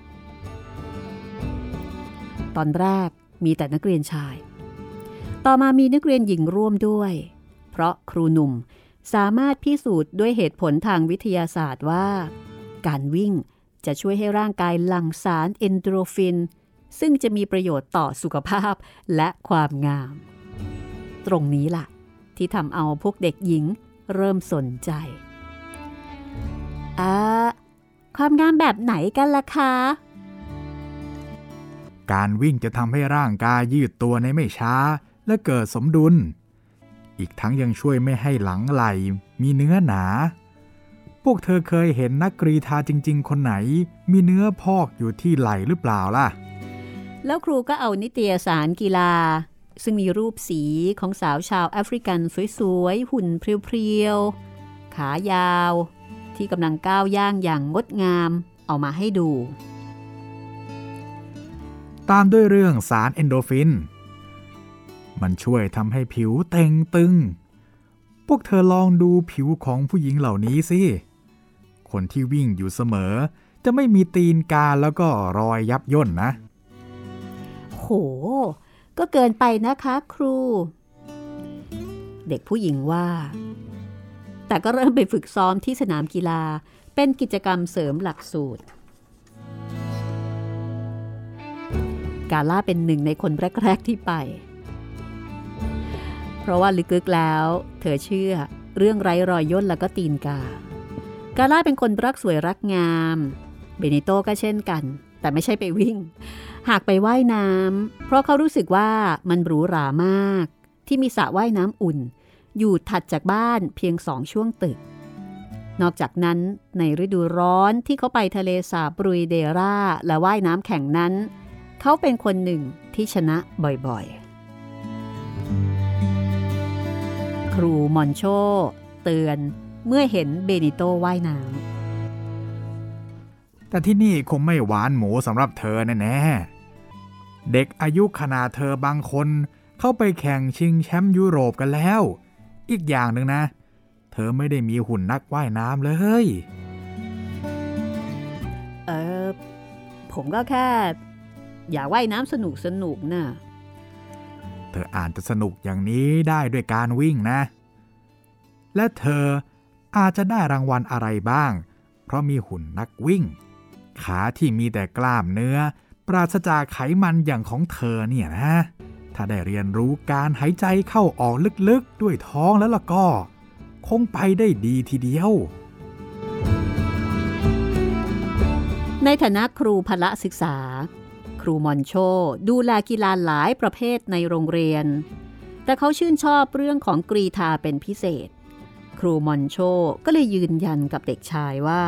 ตอนแรกมีแต่นักเรียนชายต่อมามีนักเรียนหญิงร่วมด้วยเพราะครูหนุ่มสามารถพิสูจน์ด้วยเหตุผลทางวิทยาศาสตร์ว่าการวิ่งจะช่วยให้ร่างกายหลั่งสารเอนโดรฟินซึ่งจะมีประโยชน์ต่อสุขภาพและความงามตรงนี้ล่ะที่ทำเอาพวกเด็กหญิงเริ่มสนใจความงามแบบไหนกันล่ะคะการวิ่งจะทำให้ร่างกายยืดตัวในไม่ช้าและเกิดสมดุลอีกทั้งยังช่วยไม่ให้หลังไหล่มีเนื้อหนาพวกเธอเคยเห็นนักกรีฑาจริงๆคนไหนมีเนื้อพอกอยู่ที่ไหล่หรือเปล่าล่ะแล้วครูก็เอานิตยสารกีฬาซึ่งมีรูปสีของสาวชาวแอฟริกันสวยๆหุ่นเพรียวๆขายาวที่กำลังก้าวย่างอย่างงดงามเอามาให้ดูตามด้วยเรื่องสารเอนโดรฟินมันช่วยทำให้ผิวเต่งตึงพวกเธอลองดูผิวของผู้หญิงเหล่านี้สิคนที่วิ่งอยู่เสมอจะไม่มีตีนกาแล้วก็รอยยับย่นนะโหก็เกินไปนะคะครูเด็กผู้หญิงว่าแต่ก็เริ่มไปฝึกซ้อมที่สนามกีฬาเป็นกิจกรรมเสริมหลักสูตรกาล่าเป็นหนึ่งในคนแรกๆที่ไปเพราะว่าลึกๆแล้วเธอเชื่อเรื่องไร้รอยย่นแล้วก็ตีนกาล่าเป็นคนรักสวยรักงามเบนิโตก็เช่นกันแต่ไม่ใช่ไปวิ่งหากไปว่ายน้ำเพราะเขารู้สึกว่ามันหรูหรามากที่มีสระว่ายน้ำอุ่นอยู่ถัดจากบ้านเพียง2 ช่วงตึกนอกจากนั้นในฤดูร้อนที่เขาไปทะเลสาบรุยเดราและว่ายน้ำแข่งนั้นเขาเป็นคนหนึ่งที่ชนะบ่อยๆครูมอนโชเตือนเมื่อเห็นเบนิโตว่ายน้ำแต่ที่นี่คงไม่หวานหมูสำหรับเธอแน่ๆเด็กอายุขนาดเธอบางคนเข้าไปแข่งชิงแชมป์ยุโรปกันแล้วอีกอย่างหนึ่งนะเธอไม่ได้มีหุ่นนักว่ายน้ำเลยผมก็แค่อยากว่ายน้ำสนุกน่ะเธออาจจะสนุกอย่างนี้ได้ด้วยการวิ่งนะและเธออาจจะได้รางวัลอะไรบ้างเพราะมีหุ่นนักวิ่งขาที่มีแต่กล้ามเนื้อปราศจากไขมันอย่างของเธอเนี่ยนะถ้าได้เรียนรู้การหายใจเข้าออกลึกๆด้วยท้องแล้วล่ะก็คงไปได้ดีทีเดียวในฐานะครูพละศึกษาครูมอนโชดูแลกีฬาหลายประเภทในโรงเรียนแต่เขาชื่นชอบเรื่องของกรีฑาเป็นพิเศษครูมอนโชก็เลยยืนยันกับเด็กชายว่า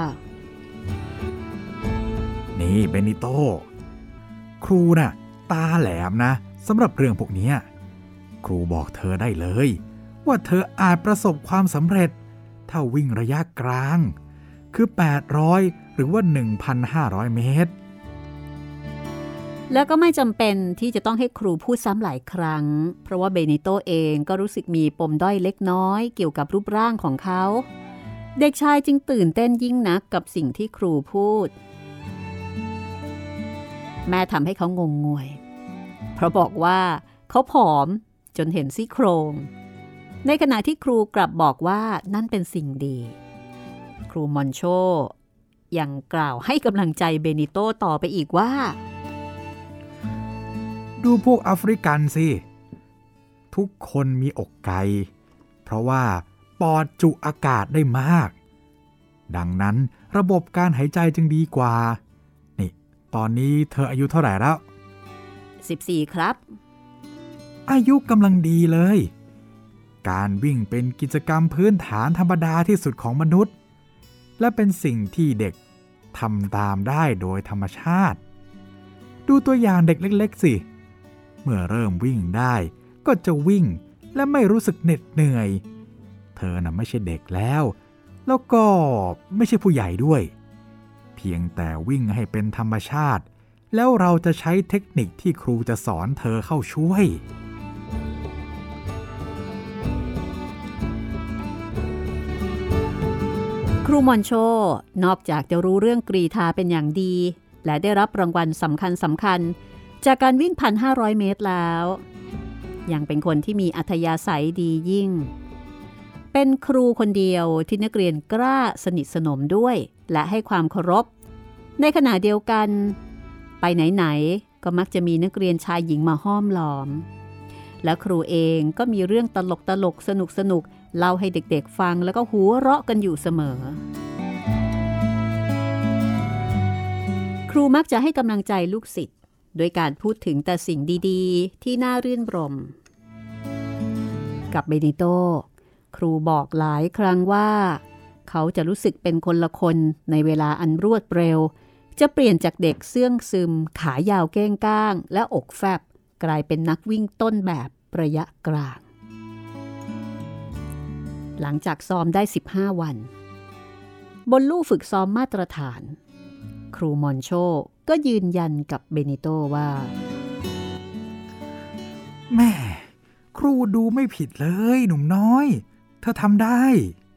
นี่เบนิโตครูน่ะตาแหลมนะสำหรับเรื่องพวกนี้ครูบอกเธอได้เลยว่าเธออาจประสบความสำเร็จถ้าวิ่งระยะกลางคือ800หรือว่า 1,500 เมตรแล้วก็ไม่จำเป็นที่จะต้องให้ครูพูดซ้ำหลายครั้งเพราะว่าเบนิโตเองก็รู้สึกมีปมด้อยเล็กน้อยเกี่ยวกับรูปร่างของเขาเด็กชายจึงตื่นเต้นยิ่งนักกับสิ่งที่ครูพูดแม่ทำให้เขางงงวยเพราะบอกว่าเขาผอมจนเห็นซี่โครงในขณะที่ครูกลับบอกว่านั่นเป็นสิ่งดีครูมอนโชยังกล่าวให้กำลังใจเบนิโตต่อไปอีกว่าดูพวกแอฟริกันสิทุกคนมีอกไก่เพราะว่าปอดจุอากาศได้มากดังนั้นระบบการหายใจจึงดีกว่านี่ตอนนี้เธออายุเท่าไหร่แล้ว 14ครับอายุกำลังดีเลยการวิ่งเป็นกิจกรรมพื้นฐานธรรมดาที่สุดของมนุษย์และเป็นสิ่งที่เด็กทำตามได้โดยธรรมชาติดูตัวอย่างเด็กเล็กๆสิเมื่อเริ่มวิ่งได้ก็จะวิ่งและไม่รู้สึกเหน็ดเหนื่อยเธอน่ะไม่ใช่เด็กแล้วก็ไม่ใช่ผู้ใหญ่ด้วยเพียงแต่วิ่งให้เป็นธรรมชาติแล้วเราจะใช้เทคนิคที่ครูจะสอนเธอเข้าช่วยครูมอนโชนอกจากจะรู้เรื่องกรีฑาเป็นอย่างดีและได้รับรางวัลสำคัญจากการวิ่ง 1,500 เมตรแล้วยังเป็นคนที่มีอัธยาศัยดียิ่งเป็นครูคนเดียวที่นักเรียนกล้าสนิทสนมด้วยและให้ความเคารพในขณะเดียวกันไปไหนๆก็มักจะมีนักเรียนชายหญิงมาห้อมล้อมและครูเองก็มีเรื่องตลกสนุกเล่าให้เด็กๆฟังแล้วก็หัวเราะกันอยู่เสมอครูมักจะให้กำลังใจลูกศิษย์โดยการพูดถึงแต่สิ่งดีๆที่น่ารื่นรมย์กับเบนิโตครูบอกหลายครั้งว่าเขาจะรู้สึกเป็นคนละคนในเวลาอันรวดเร็วจะเปลี่ยนจากเด็กเสื่องซึมขายาวเก้งก้างและอกแฟบกลายเป็นนักวิ่งต้นแบบระยะกลางหลังจากซ้อมได้15 วันบนลู่ฝึกซ้อมมาตรฐานครูมอนโชก็ยืนยันกับเบนิโตว่าแม่ครูดูไม่ผิดเลยหนุ่มน้อยธอทำได้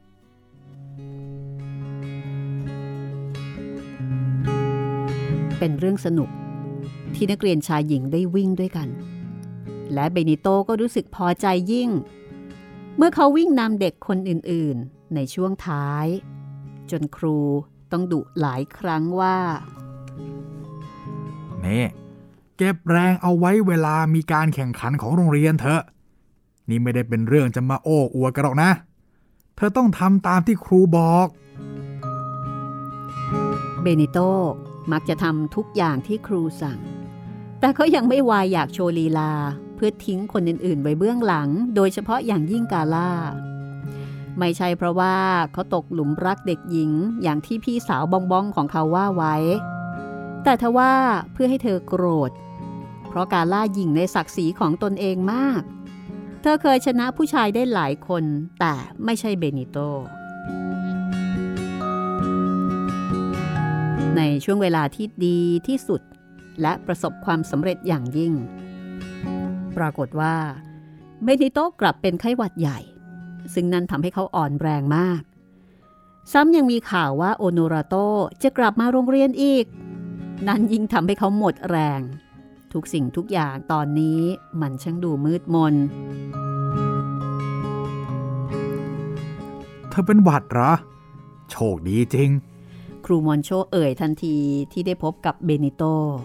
เป็นเรื่องสนุกที่นักเรียนชายหญิงได้วิ่งด้วยกันและเบนิโตก็รู้สึกพอใจยิ่งเมื่อเขาวิ่งนำเด็กคนอื่นๆในช่วงท้ายจนครูต้องดุหลายครั้งว่านี่เก็บแรงเอาไว้เวลามีการแข่งขันของโรงเรียนเถอะนี่ไม่ได้เป็นเรื่องจะมาโอ้อวดกันหรอกนะเธอต้องทำตามที่ครูบอกเบนิโตมักจะทำทุกอย่างที่ครูสั่งแต่เขายังไม่วายอยากโชว์ลีลาเพื่อทิ้งคนอื่นๆไว้เบื้องหลังโดยเฉพาะอย่างยิ่งกาล่าไม่ใช่เพราะว่าเขาตกหลุมรักเด็กหญิงอย่างที่พี่สาวบองบองของเขาว่าไว้แต่ทว่าเพื่อให้เธอโกรธเพราะกาล่าหยิ่งในศักดิ์ศรีของตนเองมากเธอเคยชนะผู้ชายได้หลายคนแต่ไม่ใช่เบนิโตในช่วงเวลาที่ดีที่สุดและประสบความสำเร็จอย่างยิ่งปรากฏว่าเบนิโตกลับเป็นไข้หวัดใหญ่ซึ่งนั่นทำให้เขาอ่อนแรงมากซ้ำยังมีข่าวว่าโอโนราโตจะกลับมาโรงเรียนอีกนั่นยิ่งทำให้เขาหมดแรงทุกสิ่งทุกอย่างตอนนี้มันช่างดูมืดมนเธอเป็นหวัดเหรอโชคดีจริงครูมอนโชเอ่ยทันทีที่ได้พบกับเบนิโต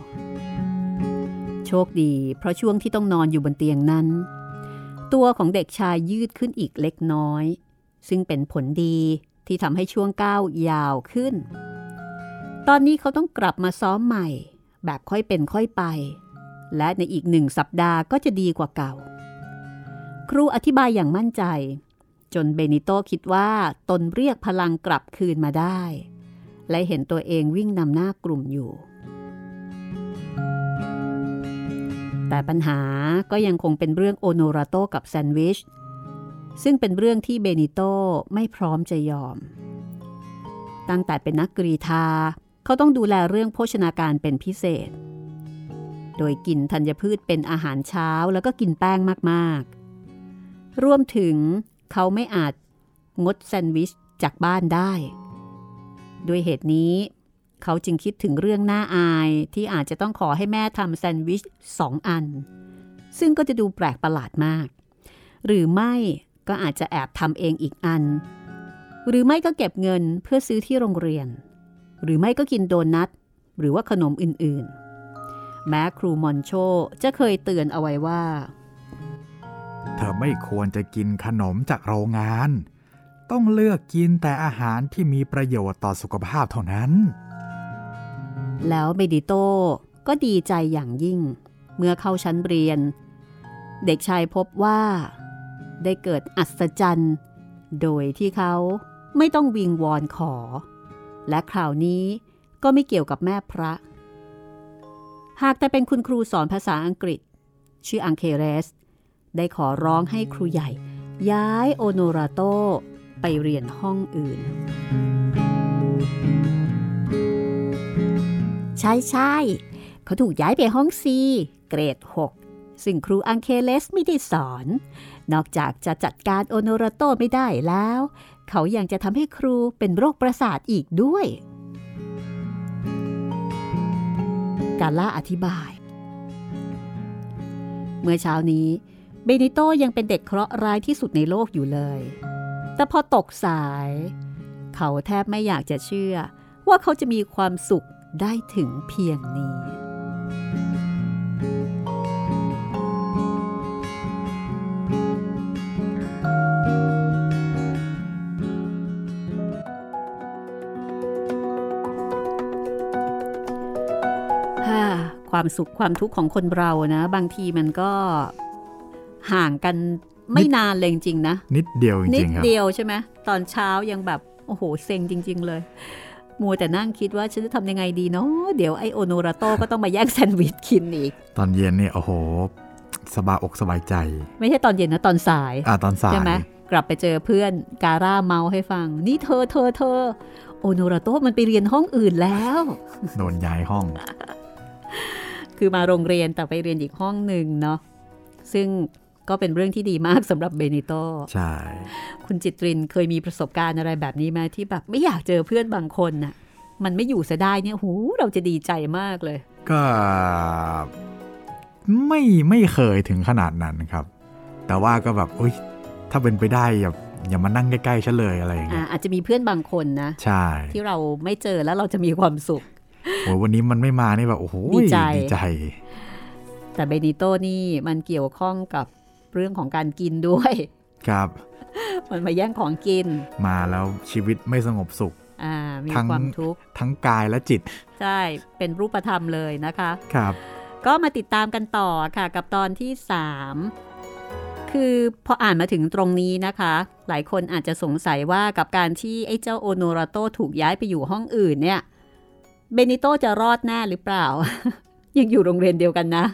โชคดีเพราะช่วงที่ต้องนอนอยู่บนเตียงนั้นตัวของเด็กชายยืดขึ้นอีกเล็กน้อยซึ่งเป็นผลดีที่ทำให้ช่วงก้าวยาวขึ้นตอนนี้เขาต้องกลับมาซ้อมใหม่แบบค่อยเป็นค่อยไปและในอีก1 สัปดาห์ก็จะดีกว่าเก่าครูอธิบายอย่างมั่นใจจนเบนิโตคิดว่าตนเรียกพลังกลับคืนมาได้และเห็นตัวเองวิ่งนำหน้ากลุ่มอยู่แต่ปัญหาก็ยังคงเป็นเรื่องโอโนราโตกับแซนด์วิชซึ่งเป็นเรื่องที่เบนิโตไม่พร้อมจะยอมตั้งแต่เป็นนักกรีฑาเขาต้องดูแลเรื่องโภชนาการเป็นพิเศษโดยกินธัญพืชเป็นอาหารเช้าแล้วก็กินแป้งมากๆรวมถึงเขาไม่อาจงดแซนด์วิชจากบ้านได้ด้วยเหตุนี้เขาจึงคิดถึงเรื่องน่าอายที่อาจจะต้องขอให้แม่ทำแซนด์วิช2 อันซึ่งก็จะดูแปลกประหลาดมากหรือไม่ก็อาจจะแอบทำเองอีกอันหรือไม่ก็เก็บเงินเพื่อซื้อที่โรงเรียนหรือไม่ก็กินโดนัทหรือว่าขนมอื่นๆแม้ครูมอนโชจะเคยเตือนเอาไว้ว่าเธอไม่ควรจะกินขนมจากโรงงานต้องเลือกกินแต่อาหารที่มีประโยชน์ต่อสุขภาพเท่านั้นแล้วเบนิโตก็ดีใจอย่างยิ่งเมื่อเข้าชั้นเรียนเด็กชายพบว่าได้เกิดอัศจรรย์โดยที่เขาไม่ต้องวิงวอนขอและคราวนี้ก็ไม่เกี่ยวกับแม่พระหากแต่เป็นคุณครูสอนภาษาอังกฤษชื่ออังเคเรสได้ขอร้องให้ครูใหญ่ย้ายโอโนราโตไปเรียนห้องอื่นใช่เขาถูกย้ายไปห้อง C เกรด 6ซึ่งครูอังเคเลสไม่ได้สอนนอกจากจะจัดการโอโนราโตไม่ได้แล้วเขายังจะทำให้ครูเป็นโรคประสาทอีกด้วยกาล่าอธิบายเมื่อเช้านี้เบนิโตยังเป็นเด็กเคราะห์ร้ายที่สุดในโลกอยู่เลยแต่พอตกสายเขาแทบไม่อยากจะเชื่อว่าเขาจะมีความสุขได้ถึงเพียงนี้ความสุขความทุกข์ของคนเรานะบางทีมันก็ห่างกันไม่นานเลยจริงๆนะนิดเดียวจริงๆครับนิดเดียวใช่ไหมตอนเช้ายังแบบโอ้โหเซ็งจริงๆเลยมัวแต่นั่งคิดว่าฉันจะทำยังไงดีเนาะเดี๋ยวไอโอโนราโต้ก็ต้องมาแย่งแซนด์วิชกินอีกตอนเย็นเนี่ยโอ้โหสบายอกสบายใจไม่ใช่ตอนเย็นนะตอนสายตอนสายใช่ไหมกลับไปเจอเพื่อนการ่าเมาให้ฟังนี่เธอโอโนราโต้มันไปเรียนห้องอื่นแล้วโดนย้ายห้องคือมาโรงเรียนแต่ไปเรียนอีกห้องหนึ่งเนาะซึ่งก็เป็นเรื่องที่ดีมากสำหรับเบนิโตใช่คุณจิตรินเคยมีประสบการณ์อะไรแบบนี้ไหมที่แบบไม่อยากเจอเพื่อนบางคนน่ะมันไม่อยู่เสียได้เนี่ยหูเราจะดีใจมากเลยก็ไม่เคยถึงขนาดนั้นครับแต่ว่าก็แบบอุ๊ยถ้าเป็นไปได้อย่ามานั่งใกล้ๆฉันเลยอะไรอย่างเงี้ยอาจจะมีเพื่อนบางคนนะใช่ที่เราไม่เจอแล้วเราจะมีความสุขโอ้วันนี้มันไม่มานี่แบบโอ้โหดีใจแต่เบนิโตนี่มันเกี่ยวข้องกับเรื่องของการกินด้วยครับมันมาแย่งของกินมาแล้วชีวิตไม่สงบสุขมีความทุกข์ทั้งกายและจิตใช่เป็นรูปธรรมเลยนะคะครับก็มาติดตามกันต่อค่ะกับตอนที่3คือพออ่านมาถึงตรงนี้นะคะหลายคนอาจจะสงสัยว่ากับการที่ไอ้เจ้าโอโนราโตถูกย้ายไปอยู่ห้องอื่นเนี่ยเบนิโตจะรอดแน่หรือเปล่า ยังอยู่โรงเรียนเดียวกันนะ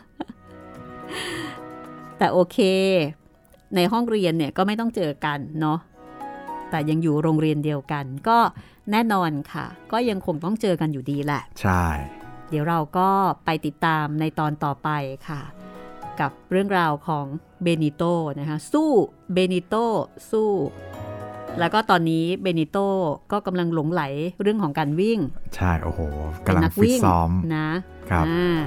แต่โอเคในห้องเรียนเนี่ยก็ไม่ต้องเจอกันเนาะแต่ยังอยู่โรงเรียนเดียวกันก็แน่นอนค่ะก็ยังคงต้องเจอกันอยู่ดีแหละใช่เดี๋ยวเราก็ไปติดตามในตอนต่อไปค่ะกับเรื่องราวของเบนิโตนะคะสู้เบนิโตสู้แล้วก็ตอนนี้เบนิโตก็กำลังหลงไหลเรื่องของการวิ่งใช่โอ้โหกำลังฟิตซ้อมนะครับ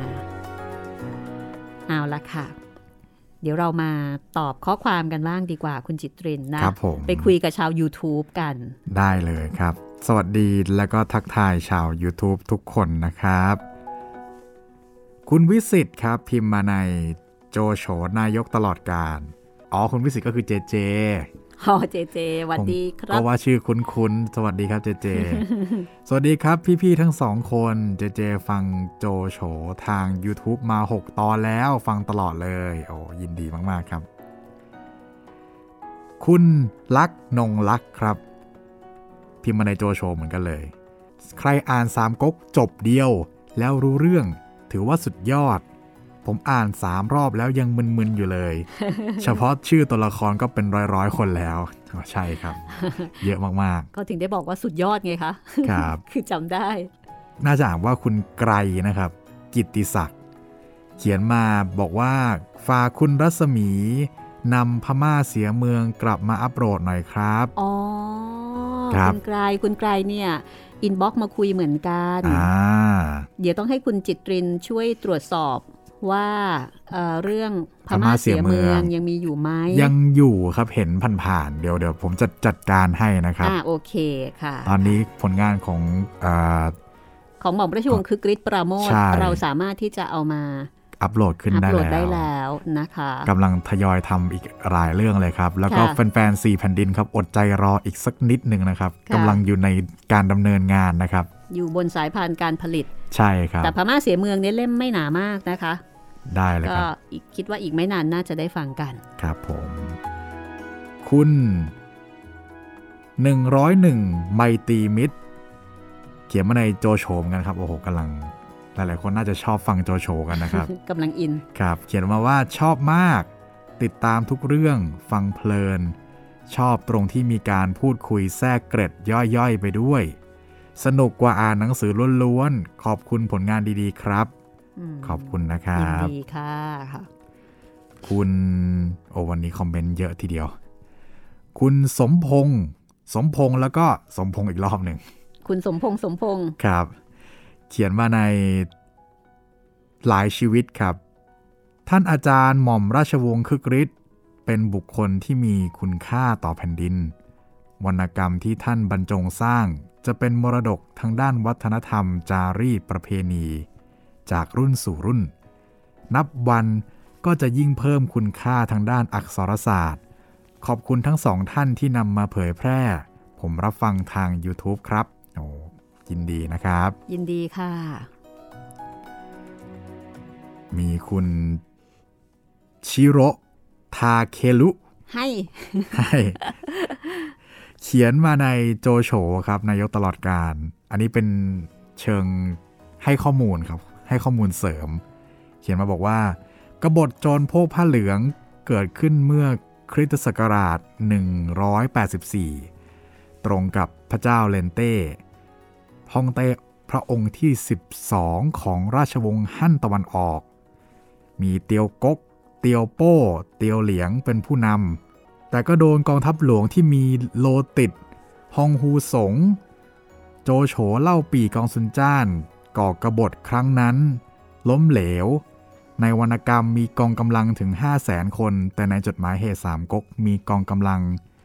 เอาละค่ะเดี๋ยวเรามาตอบข้อความกันบ้างดีกว่าคุณจิตรินนะครับผมไปคุยกับชาว YouTube กันได้เลยครับสวัสดีแล้วก็ทักทายชาว YouTube ทุกคนนะครับคุณวิสิตครับพิมพ์มาในโจโฉนายกตลอดกาลคุณวิสิตก็คือเจเจเจเจสวัสดีครับเพราะว่าชื่อคุ้นๆสวัสดีครับเจเจ สวัสดีครับพี่ๆทั้ง2คนเจเจฟังโจโฉทาง YouTube มา6ตอนแล้วฟังตลอดเลยยินดีมากๆครับคุณลักนงลักครับพิมพ์มาในโจโฉเหมือนกันเลยใครอ่าน3ก๊กจบเดียวแล้วรู้เรื่องถือว่าสุดยอดผมอ่าน3รอบแล้วยังมึนๆอยู่เลย เฉพาะชื่อตัวละครก็เป็นร้อยๆคนแล้วใช่ครับ เยอะมากๆก็ถึงได้บอกว่าสุดยอดไงคะครับคือจำได้น่าจะอ่านว่าคุณไกรนะครับกิตติศักดิ์เขียนมาบอกว่าฝากคุณรัศมีนำพม่าเสียเมืองกลับมาอัปโหลดหน่อยครับคุณไกรเนี่ยอินบ็อกซ์มาคุยเหมือนกันเดี๋ยวต้องให้คุณจิตรินช่วยตรวจสอบว่าเรื่องพม่าเสียเมืองยังมีอยู่ไหมยังอยู่ครับเห็นผ่านๆเดี๋ยวผมจะจัดการให้นะครับโอเคค่ะตอนนี้ผลงานของหม่อมราชวงศ์คึกฤทธิ์ปราโมชเราสามารถที่จะเอามาอัปโหลดขึ้นได้แล้วนะคะกำลังทยอยทำอีกหลายเรื่องเลยครับแล้วก็แฟนๆ4แผ่นดินครับอดใจรออีกสักนิดนึงนะครับกำลังอยู่ในการดำเนินงานนะครับอยู่บนสายพานการผลิตใช่ครับแต่พม่าเสียเมืองเนี่ยเล่มไม่หนามากนะคะได้เลยครับก็คิดว่าอีกไม่นานน่าจะได้ฟังกันครับผมคุณ101ไมตรีมิตรเขียนมาในโจโฉมกันครับโอ้โหกำลังหลายๆคนน่าจะชอบฟังโจโฉกันนะครับกำลังอินครับเขียนมาว่าชอบมากติดตามทุกเรื่องฟังเพลินชอบตรงที่มีการพูดคุยแทรกเกร็ดย่อยๆไปด้วยสนุกกว่าอ่านหนังสือล้วนๆขอบคุณผลงานดีๆครับขอบคุณนะครับยินดีค่ะคุณวันนี้คอมเมนต์เยอะทีเดียวคุณสมพงษ์แล้วก็สมพงษ์อีกรอบหนึ่งคุณสมพงษ์ครับเขียนมาในหลายชีวิตครับท่านอาจารย์หม่อมราชวงศ์คึกฤทธิ์เป็นบุคคลที่มีคุณค่าต่อแผ่นดินวรรณกรรมที่ท่านบรรจงสร้างจะเป็นมรดกทางด้านวัฒนธรรมจารีตประเพณีจากรุ่นสู่รุ่นนับวันก็จะยิ่งเพิ่มคุณค่าทางด้านอักษรศาสตร์ขอบคุณทั้ง2ท่านที่นำมาเผยแพร่ผมรับฟังทาง YouTube ครับยินดีนะครับยินดีค่ะมีคุณชิโรทาเคลุให้เขียนมาในโจโฉครับนายกตลอดกาลอันนี้เป็นเชิงให้ข้อมูลครับให้ข้อมูลเสริมเขียนมาบอกว่ากบฏโจรโพกผ้าเหลืองเกิดขึ้นเมื่อคริสตศักราช184ตรงกับพระเจ้าเลนเต้ฮ่องเต้พระองค์ที่12ของราชวงศ์ฮั่นตะวันออกมีเตียวก๊กเตียวโป้เตียวเหลียงเป็นผู้นำแต่ก็โดนกองทัพหลวงที่มีโลติดฮองฮูสงโจโฉเล่าปี่กองซุนจ้านก่อกบฏครั้งนั้นล้มเหลวในวรรณกรรมมีกองกำลังถึง 500,000 คนแต่ในจดหมายเหตุสามก๊กมีกองกำลัง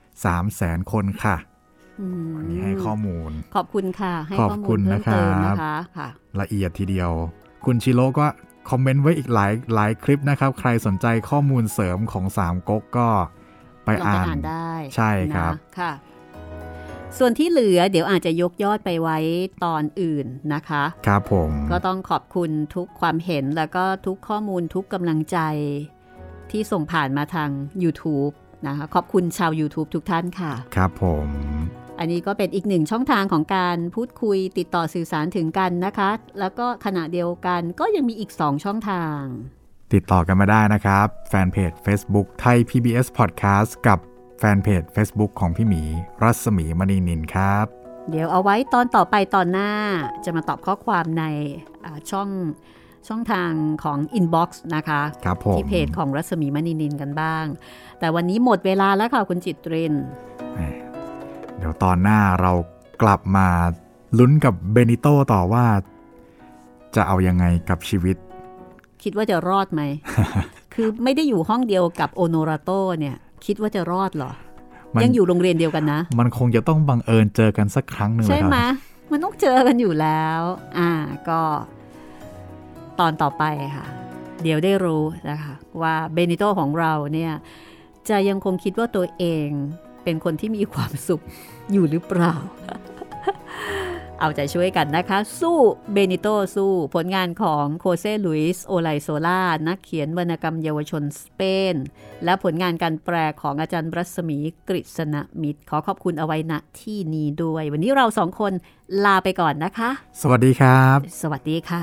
300,000 คนค่ะอันนี้ให้ข้อมูลขอบคุณค่ะให้ข้อมูลเพิ่มเติมนะคะค่ะละเอียดทีเดียวคุณชิโร่ก็คอมเมนต์ไว้อีกหลายคลิปนะครับใครสนใจข้อมูลเสริมของสามก๊กก็ไปอ่านได้ใช่ครับค่ะส่วนที่เหลือเดี๋ยวอาจจะยกยอดไปไว้ตอนอื่นนะคะครับผมก็ต้องขอบคุณทุกความเห็นแล้วก็ทุกข้อมูลทุกกำลังใจที่ส่งผ่านมาทาง YouTube นะคะขอบคุณชาว YouTube ทุกท่านค่ะครับผมอันนี้ก็เป็นอีกหนึ่งช่องทางของการพูดคุยติดต่อสื่อสารถึงกันนะคะแล้วก็ขณะเดียวกันก็ยังมีอีก2ช่องทางติดต่อกันมาได้นะครับแฟนเพจ Facebook ไทย PBS Podcast กับแฟนเพจ Facebook ของพี่หมีรัศมีมณีนินครับเดี๋ยวเอาไว้ตอนต่อไปตอนหน้าจะมาตอบข้อความในช่องทางของ Inbox นะคะที่เพจของรัศมีมณีนินกันบ้างแต่วันนี้หมดเวลาแล้วค่ะคุณจิตรินเดี๋ยวตอนหน้าเรากลับมาลุ้นกับเบนิโต้ต่อว่าจะเอายังไงกับชีวิตคิดว่าจะรอดไหม คือไม่ได้อยู่ห้องเดียวกับโอโนราโต้เนี่ยคิดว่าจะรอดเหรอยังอยู่โรงเรียนเดียวกันนะมันคงจะต้องบังเอิญเจอกันสักครั้งหนึ่งใช่ไหมมันต้องเจอกันอยู่แล้วก็ตอนต่อไปค่ะเดี๋ยวได้รู้นะคะว่าเบนิโต้ของเราเนี่ยจะยังคงคิดว่าตัวเองเป็นคนที่มีความสุขอยู่หรือเปล่า เอาใจช่วยกันนะคะสู้เบนิโตสู้ผลงานของโคเซลุยส์โอไลโซล่านักเขียนวรรณกรรมเยาวชนสเปนและผลงานการแปลของอาจารย์รัศมีกฤษณมิตรขอขอบคุณเอาไว้ณที่นี้ด้วยวันนี้เรา2คนลาไปก่อนนะคะสวัสดีครับสวัสดีค่ะ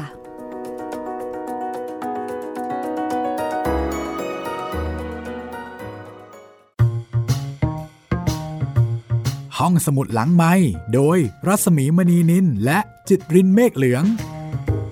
ห้องสมุดหลังไมค์โดยรัศมีมณีนินและจิตรินเมฆเหลือง